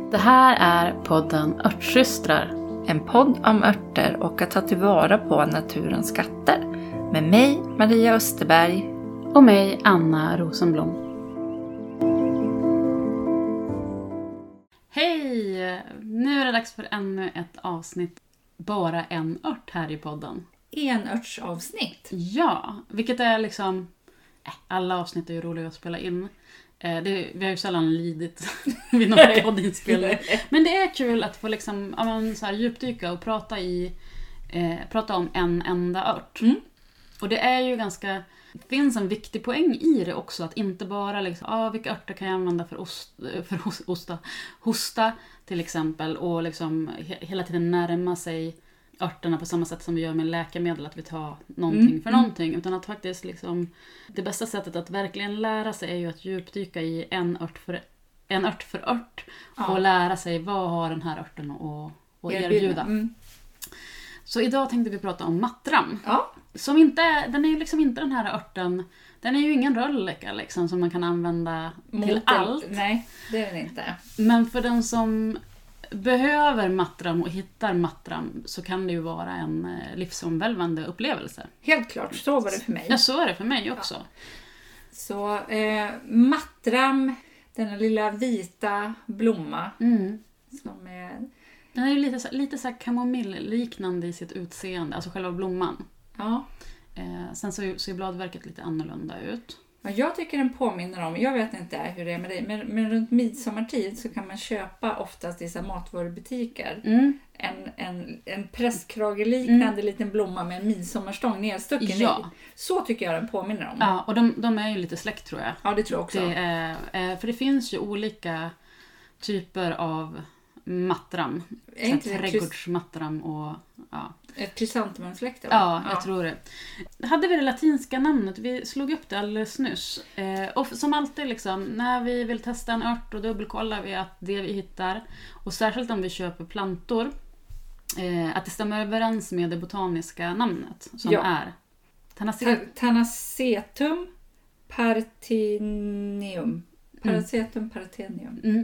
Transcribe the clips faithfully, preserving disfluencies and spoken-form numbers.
Det här är podden Örtsystrar. En podd om örter och att ta tillvara på naturens skatter. Med mig, Maria Österberg. Och mig, Anna Rosenblom. Hej! Nu är det dags för ännu ett avsnitt. Bara en ört här i podden. Enörtsavsnitt. Ja, vilket är liksom... Äh, alla avsnitt är ju roliga att spela in. Eh, det, vi har ju sällan lidit vid någon poddinspelning. Men det är kul att få liksom, ja, men, så här, djupdyka och prata, i, eh, prata om en enda ört. Mm. Och det är ju ganska... Det finns en viktig poäng i det också. Att inte bara liksom, ah, vilka örter kan jag använda för, ost, för hosta, hosta till exempel. Och liksom he, hela tiden närma sig örterna på samma sätt som vi gör med läkemedel. Att vi tar någonting mm. för någonting. Utan att faktiskt liksom, det bästa sättet att verkligen lära sig är ju att djupdyka i en ört för, en ört, för ört. Ja. Och lära sig vad har den här örten att, att erbjuda. Mm. Så idag tänkte vi prata om mattram. Ja. Som inte är, den är ju liksom inte den här örten. Den är ju ingen rölleka liksom, som man kan använda Mot till allt. Nej, det är den inte. Men för den som behöver mattram och hittar mattram så kan det ju vara en livsomvälvande upplevelse. Helt klart, så var det för mig. Ja, så är det för mig också. Ja. Så eh, mattram, denna lilla vita blomma mm. som är... Den är ju lite, lite så här kamomill-liknande i sitt utseende, alltså själva blomman. Ja. Eh, sen så ser bladverket lite annorlunda ut. Ja, jag tycker den påminner om, jag vet inte hur det är med dig, men, men runt midsommartid så kan man köpa oftast i så matvarubutiker mm. en, en, en presskrageliknande mm. liten blomma med en midsommarstång nedstucken ja. i. Så tycker jag den påminner om. Ja, och de, de är ju lite släkt tror jag. Ja, det tror jag också. Det är, för det finns ju olika typer av mattram. Trädgårdsmattram och... Ja. Ett krysantemumsläkte, va? Ja, jag ja. tror det. Hade vi det latinska namnet, vi slog upp det alldeles nyss. Eh, och som alltid, liksom, när vi vill testa en ört och dubbelkollar vi att det vi hittar, och särskilt om vi köper plantor, eh, att det stämmer överens med det botaniska namnet som ja. är Tanacetum Tanacetum parthenium. Paracetum parthenium. Mm.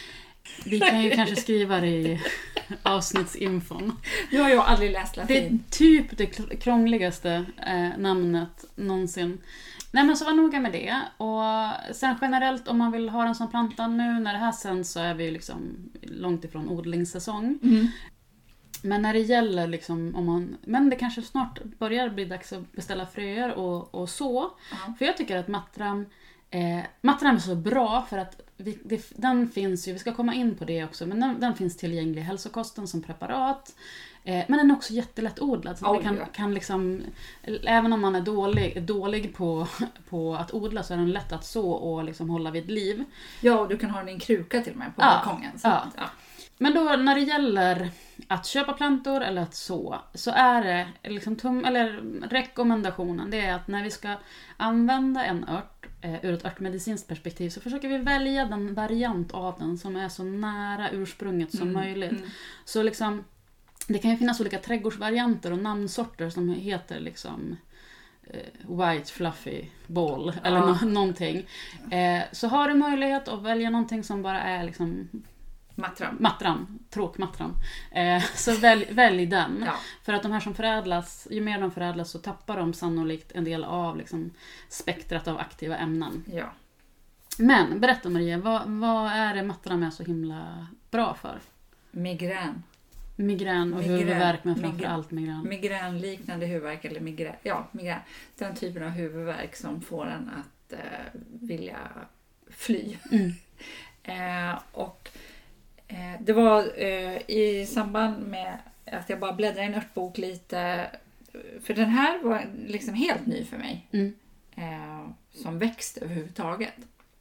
Vi kan ju kanske skriva det i avsnittsinfon. Nu har jag aldrig läst latin. Det är typ det krångligaste eh, namnet någonsin. Nej, men så var noga med det. Och sen generellt om man vill ha den som planta nu när det här sen så är vi liksom långt ifrån odlingssäsong. Mm. Men när det gäller liksom om man, men det kanske snart börjar bli dags att beställa fröer och, och så. Uh-huh. För jag tycker att mattram eh, mattram är så bra för att Vi, det, den finns ju, vi ska komma in på det också, men den, den finns tillgänglig i hälsokosten som preparat. Eh, men den är också jättelätt odlad. Så oh, kan, ja. kan liksom, även om man är dålig, dålig på, på att odla så är den lätt att så och liksom hålla vid liv. Ja, och du kan ha den i en kruka till och med på ja, balkongen. Så, ja. Ja. Men då när det gäller att köpa plantor eller att så, så är det liksom tum, eller rekommendationen, det är att när vi ska använda en ört eh, ur ett örtmedicinskt perspektiv så försöker vi välja den variant av den som är så nära ursprunget som mm, möjligt. Mm. Så liksom, det kan ju finnas olika trädgårdsvarianter och namnsorter som heter liksom eh, white fluffy ball eller ja. no- någonting. Eh, så har du möjlighet att välja någonting som bara är liksom Mattram. Mattram, tråkmattram. Eh, så välj, välj den. Ja. För att de här som förädlas, ju mer de förädlas så tappar de sannolikt en del av liksom, spektrat av aktiva ämnen. Ja. Men berätta Maria, vad, vad är det mattram är så himla bra för? Migrän. Migrän och migrän. Huvudvärk, men framförallt migrän. Migränliknande huvudvärk eller migrän. Ja, migrän. Den typen av huvudvärk som får en att eh, vilja fly. Mm. eh, och Det var eh, i samband med att jag bara bläddrade i en örtbok lite. För den här var liksom helt ny för mig. Mm. Eh, som växt överhuvudtaget.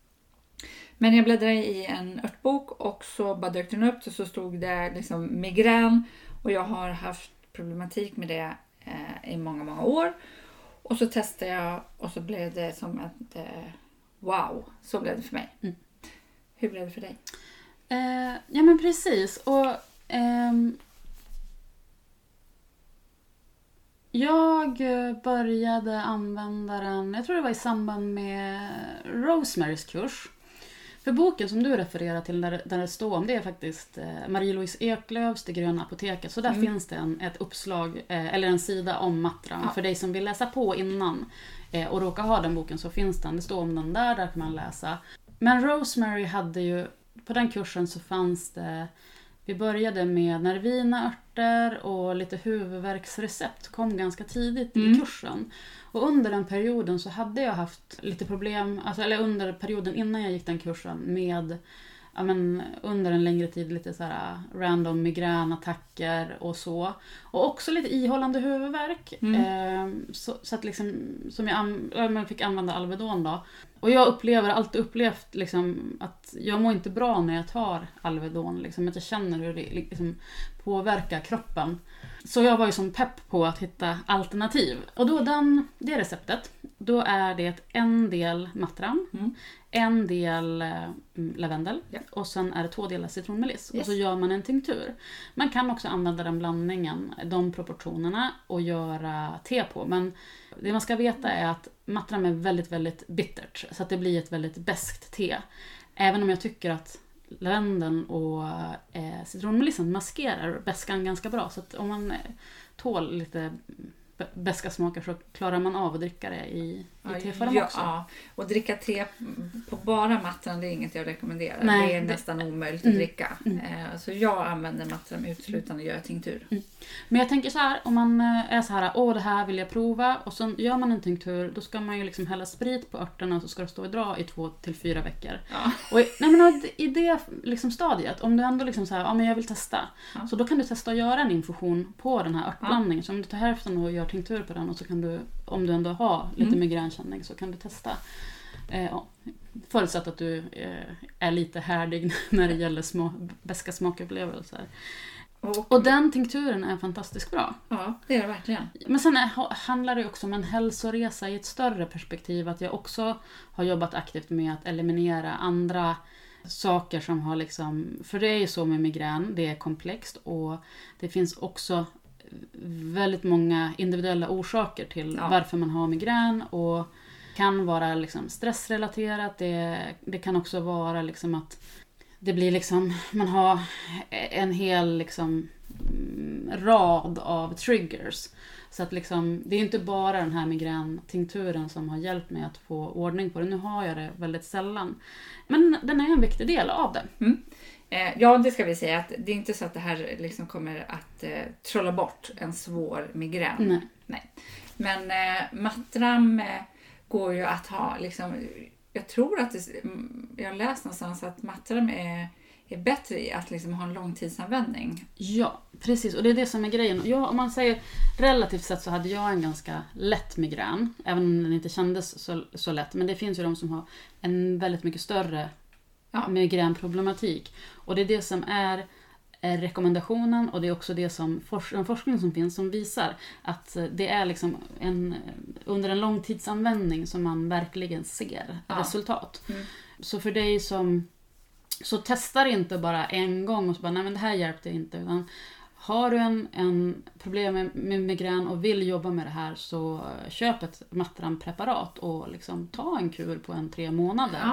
Men jag bläddrade i en örtbok och så bara dök den upp. Och så stod det liksom migrän. Och jag har haft problematik med det eh, i många, många år. Och så testade jag och så blev det som ett eh, wow. Så blev det för mig. Mm. Hur blev det för dig? Eh, ja men precis och ehm, jag började använda den, jag tror det var i samband med Rosemarys kurs. För boken som du refererar till där, där det står om, det är faktiskt eh, Marie-Louise Eklöfs Det gröna apoteket. Så där mm. finns det en, ett uppslag, eh, eller en sida om Matram. Ja. För dig som vill läsa på innan eh, och råkar ha den boken så finns den. Det står om den där, där kan man läsa. Men Rosemary hade ju, på den kursen så fanns det, vi började med nervina örter och lite huvudvärksrecept kom ganska tidigt mm. i kursen. Och under den perioden så hade jag haft lite problem, alltså, eller under perioden innan jag gick den kursen med, ja, men, under en längre tid lite så här random migränattacker och så. Och också lite ihållande huvudvärk. Mm. Eh, så, så att liksom, som jag, jag fick använda Alvedon då. Och jag upplever, alltid upplevt liksom, att jag mår inte bra när jag tar Alvedon. Liksom, att jag känner hur det liksom, påverkar kroppen. Så jag var ju som pepp på att hitta alternativ. Och då den, det receptet, då är det en del Matram, mm. en del eh, lavendel ja. och sen är det två delar citronmeliss. Yes. Och så gör man en tinktur. Man kan också använda den blandningen, de proportionerna och göra te på. Men det man ska veta är att Matram är väldigt, väldigt bittert. Så att det blir ett väldigt beskt te. Även om jag tycker att lavendeln och eh, citronmelissen maskerar beskan ganska bra. Så att om man tål lite beska smaker så klarar man av att dricka det i, i teform ja, också. Ja, och dricka te på bara Matram, det är inget jag rekommenderar. Nej, det är det, nästan omöjligt mm, att dricka. Mm. Så jag använder Matram uteslutande och gör tinktur. Mm. Men jag tänker så här, om man är så här, åh det här vill jag prova, och så gör man en tinktur, då ska man ju liksom hälla sprit på örterna och så ska det stå och dra i två till fyra veckor. Ja. Och i, nej, men i det liksom stadiet, om du ändå liksom så här, ja men jag vill testa, ja. så då kan du testa att göra en infusion på den här örtblandningen. Ja. Så om du tar hälften och gör tinktur på den, och så kan du, om du ändå har lite mm. migränkänning, så kan du testa. Eh, ja. Förutsatt att du eh, är lite härdig när det gäller små beska smakupplevelser. Och, och den tinkturen är fantastiskt bra. Ja, det är det verkligen. Men sen är, handlar det också om en hälsoresa i ett större perspektiv. Att jag också har jobbat aktivt med att eliminera andra saker som har liksom... För det är ju så med migrän, det är komplext. Och det finns också väldigt många individuella orsaker till ja. varför man har migrän. Och kan vara liksom stressrelaterat. Det, det kan också vara liksom att det blir liksom, man har en hel liksom rad av triggers. Så att liksom, det är inte bara den här migräntinkturen som har hjälpt mig att få ordning på det. Nu har jag det väldigt sällan. Men den är en viktig del av det. Mm. Eh, ja, det ska vi säga. Att det är inte så att det här liksom kommer att eh, trolla bort en svår migrän. Nej. Nej. Men eh, Matram eh, går ju att ha liksom... Jag tror att det, jag har läst någonstans att Matram är, är bättre i att liksom ha en långtidsanvändning. Ja, precis. Och det är det som är grejen. Ja, om man säger relativt sett så hade jag en ganska lätt migrän. Även om den inte kändes så, så lätt. Men det finns ju de som har en väldigt mycket större ja. migränproblematik. Och det är det som är... är rekommendationen, och det är också det som forsk- en forskning som finns som visar att det är liksom en, under en långtidsanvändning som man verkligen ser ja. resultat. Mm. Så för dig som så testar inte bara en gång och så bara, nej men det här hjälpte inte, utan har du en, en problem med, med migrän och vill jobba med det här, så köp ett Matram-preparat och liksom ta en kur på en tre månader. Ja.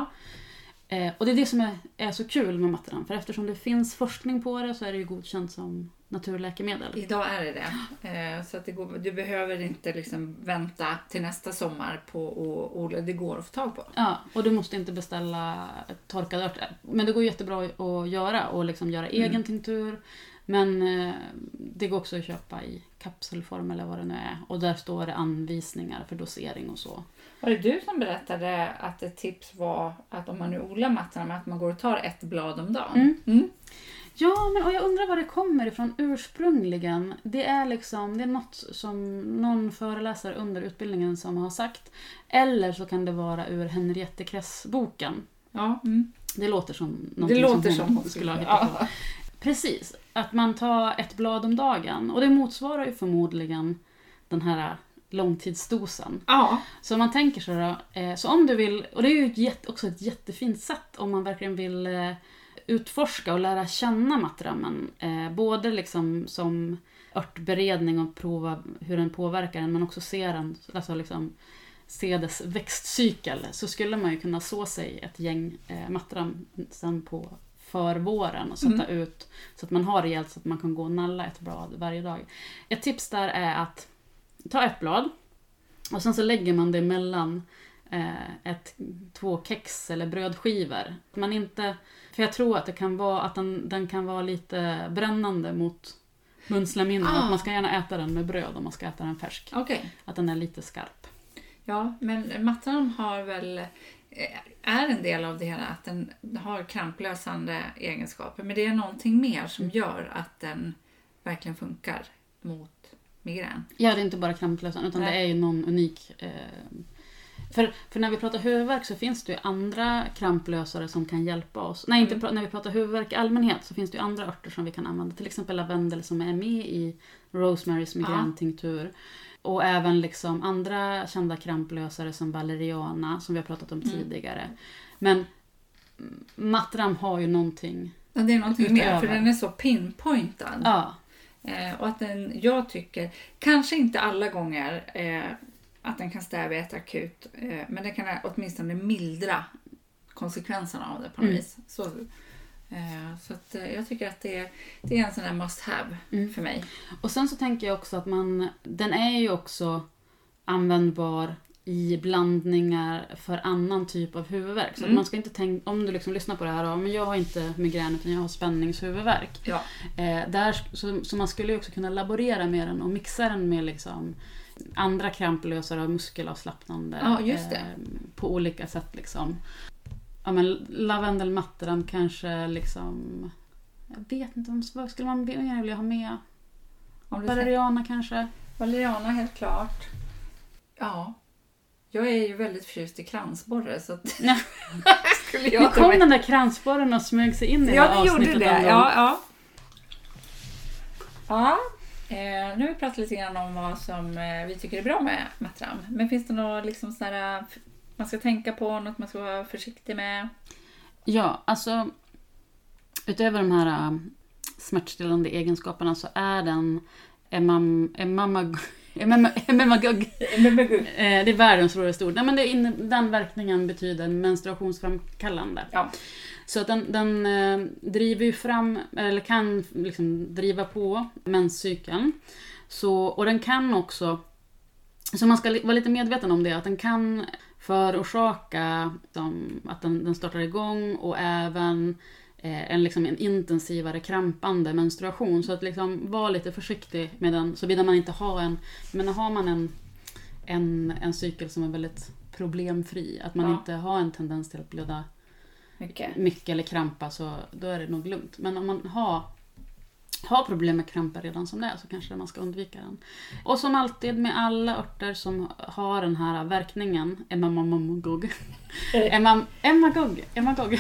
Eh, och det är det som är, är så kul med Matram. För eftersom det finns forskning på det så är det ju godkänt som naturläkemedel. Idag är det det. Eh, så att det går, du behöver inte liksom vänta till nästa sommar på att odla. Det går att få tag på. Ja, och du måste inte beställa torkad ört. Men det går jättebra att göra och liksom göra mm. egen tinktur. Men eh, det går också att köpa i kapselform eller vad det nu är. Och där står det anvisningar för dosering och så. Var det du som berättade att ett tips var att om man nu odlar Matram, att man går och tar ett blad om dagen? Mm. Mm. Ja, men och jag undrar var det kommer ifrån ursprungligen. Det är liksom, det är något som någon föreläsare under utbildningen som har sagt. Eller så kan det vara ur Henriette Kress-boken. Ja. Mm. Det låter som något det låter som hon, som hon skulle ha hittat på. Ja. Precis, att man tar ett blad om dagen. Och det motsvarar ju förmodligen den här långtidsdosen. Ja. Så om man tänker så då, eh, så om du vill, och det är ju ett jätte, också ett jättefint sätt om man verkligen vill eh, utforska och lära känna Matrammen. Eh, både liksom som örtberedning och prova hur den påverkar den, men också se den, alltså liksom se dess växtcykel så skulle man ju kunna så sig ett gäng eh, Matram sen på förvåren och sätta mm. ut så att man har rejält så att man kan gå och nalla ett blad varje dag. Ett tips där är att ta ett blad och sen så lägger man det mellan eh, ett, två kex eller brödskivor. Man inte, för jag tror att det kan vara att den, den kan vara lite brännande mot munslemhinnan. Ah. Att man ska gärna äta den med bröd om man ska äta den färsk. Okay. Att den är lite skarp. Ja, men Matram har väl är en del av det hela att den har kramplösande egenskaper. Men det är någonting mer som gör att den verkligen funkar mot migrän. Ja, det är inte bara kramplösande utan Nej. det är ju någon unik... Eh, för, för när vi pratar huvudvärk så finns det ju andra kramplösare som kan hjälpa oss. Nej, inte mm. när vi pratar huvudvärk i allmänhet så finns det ju andra örter som vi kan använda. Till exempel lavendel som är med i Rosemarys migräntinktur. Och även liksom andra kända kramplösare som valeriana som vi har pratat om mm. tidigare. Men Matram har ju någonting Ja, det är någonting utöver. Mer för den är så pinpointad. Ja. Eh, och att den, jag tycker, kanske inte alla gånger eh, att den kan stävja ett akut. Eh, men det kan åtminstone mildra konsekvenserna av det på något mm. vis. Så, eh, så att, eh, jag tycker att det, det är en sån där must have mm. för mig. Och sen så tänker jag också att man, den är ju också användbar i blandningar för annan typ av huvudvärk. Så mm. att man ska inte tänka, om du liksom lyssnar på det här, men jag har inte migrän utan jag har spänningshuvudvärk. Ja. Eh, där, så, så man skulle ju också kunna laborera med den och mixa den med liksom andra kramplösare och muskelavslappnande ja, just det. Eh, på olika sätt liksom. Ja, men lavendel Matram kanske liksom, jag vet inte, vad skulle man vilja ha med? Valeriana kanske? Valeriana helt klart. Ja. Jag är ju väldigt förtjust i kransborre så att ja. skulle jag nu kom med. Den där kransborren och smög sig in i ja, det här avsnittet. Gjorde det. Ja, ja. Ja, eh, nu har vi pratat lite grann om vad som eh, vi tycker är bra med Matram. Men finns det något liksom sådär, man ska tänka på, något man ska vara försiktig med? Ja, alltså utöver de här uh, smärtstillande egenskaperna så är den emam, emamag Emamagog. Det är världens svåraste ord. Nej, men det in, den verkningen betyder menstruationsframkallande. Ja. Så att den, den eh, driver ju fram, eller kan liksom driva på menscykeln. Så, och den kan också, så man ska vara lite medveten om det, att den kan förorsaka de, att den, den startar igång och även En, liksom en intensivare krampande menstruation. Så att liksom vara lite försiktig med den. Så vill man inte ha en, men har man en, en, en cykel som är väldigt problemfri. Att man ja. inte har en tendens till att blöda mycket. mycket eller krampa, så då är det nog lugnt. Men om man har, har problem med kramper redan som det är, så kanske man ska undvika den. Och som alltid med alla örter som har den här verkningen, emamagog. Emagog. Emagog.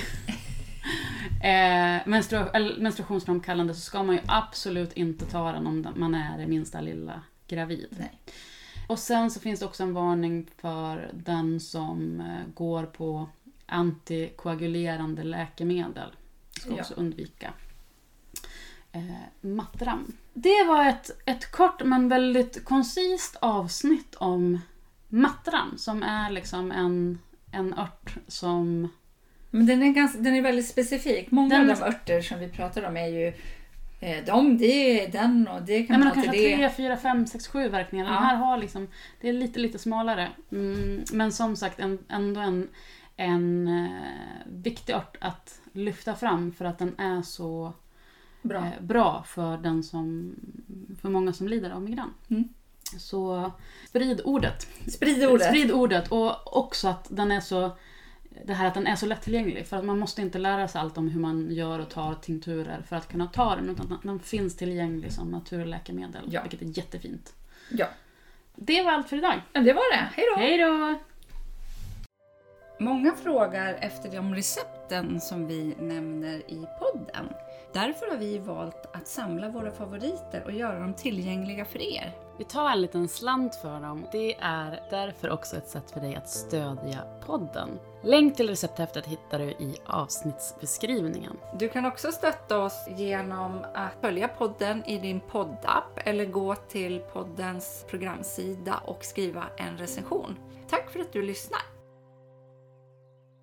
Eh, menstru- menstruationsframkallande, så ska man ju absolut inte ta den om man är det minsta lilla gravid. Nej. Och sen så finns det också en varning för den som eh, går på antikoagulerande läkemedel. Ska också ja. undvika eh, Matram. Det var ett, ett kort men väldigt koncist avsnitt om Matram, som är liksom en, en ört som... Men den är, ganska, den är väldigt specifik. Många den av de örter som vi pratar om är ju eh, de, det är den och det kan man ha till det. tre, fyra, fem, sex, sju verkningar. Den ja. här har liksom, det är lite, lite smalare. Mm, men som sagt en, ändå en, en eh, viktig ört att lyfta fram för att den är så bra, eh, bra för, den som, för många som lider av migrän. Mm. Så sprid ordet. Sprid ordet. Sprid ordet och också att den är så... Det här att den är så lättillgänglig, för att man måste inte lära sig allt om hur man gör och tar tinkturer för att kunna ta den, utan den finns tillgänglig som naturläkemedel, ja. vilket är jättefint. Ja. Det var allt för idag. Ja, det var det. Hej då! Hej då! Många frågar efter de recepten som vi nämner i podden. Därför har vi valt att samla våra favoriter och göra dem tillgängliga för er. Vi tar en liten slant för dem. Det är därför också ett sätt för dig att stödja podden. Länk till recepthäftet hittar du i avsnittsbeskrivningen. Du kan också stötta oss genom att följa podden i din poddapp eller gå till poddens programsida och skriva en recension. tack för att du lyssnar!